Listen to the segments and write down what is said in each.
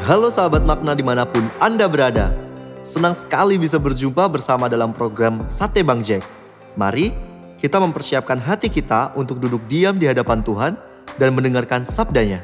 Halo sahabat makna dimanapun Anda berada. Senang sekali bisa berjumpa bersama dalam program Sate Bang Jack. Mari kita mempersiapkan hati kita untuk duduk diam di hadapan Tuhan dan mendengarkan sabdanya.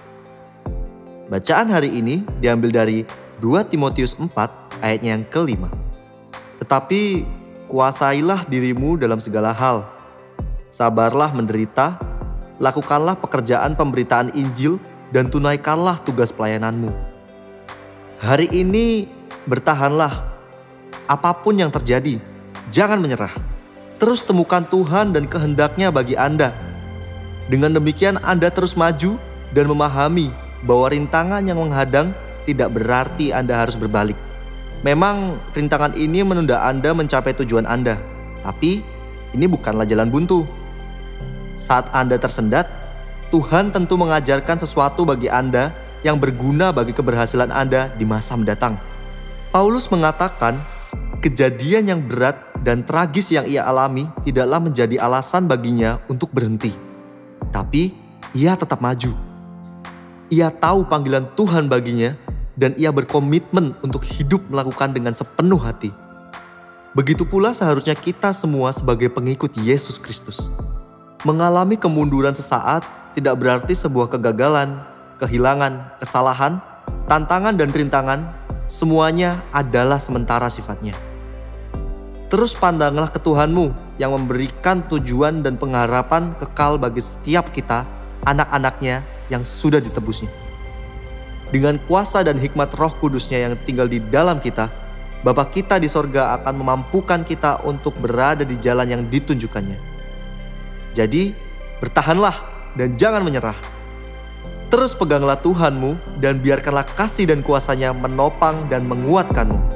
Bacaan hari ini diambil dari 2 Timotius 4 ayatnya yang ke-5. Tetapi kuasailah dirimu dalam segala hal. Sabarlah menderita, lakukanlah pekerjaan pemberitaan Injil dan tunaikanlah tugas pelayananmu. Hari ini bertahanlah. Apapun yang terjadi, jangan menyerah. Terus temukan Tuhan dan kehendaknya bagi Anda. Dengan demikian Anda terus maju dan memahami bahwa rintangan yang menghadang tidak berarti Anda harus berbalik. Memang rintangan ini menunda Anda mencapai tujuan Anda, tapi ini bukanlah jalan buntu. Saat Anda tersendat, Tuhan tentu mengajarkan sesuatu bagi Anda yang berguna bagi keberhasilan Anda di masa mendatang. Paulus mengatakan, kejadian yang berat dan tragis yang ia alami tidaklah menjadi alasan baginya untuk berhenti. Tapi ia tetap maju. Ia tahu panggilan Tuhan baginya dan ia berkomitmen untuk hidup melakukan dengan sepenuh hati. Begitu pula seharusnya kita semua sebagai pengikut Yesus Kristus. Mengalami kemunduran sesaat tidak berarti sebuah kegagalan, kehilangan, kesalahan, tantangan dan rintangan, semuanya adalah sementara sifatnya. Terus pandanglah ke Tuhanmu yang memberikan tujuan dan pengharapan kekal bagi setiap kita, anak-anaknya yang sudah ditebusnya. Dengan kuasa dan hikmat Roh Kudusnya yang tinggal di dalam kita, Bapa kita di sorga akan memampukan kita untuk berada di jalan yang ditunjukkannya. Jadi, bertahanlah dan jangan menyerah. Terus peganglah Tuhanmu dan biarkanlah kasih dan kuasanya menopang dan menguatkanmu.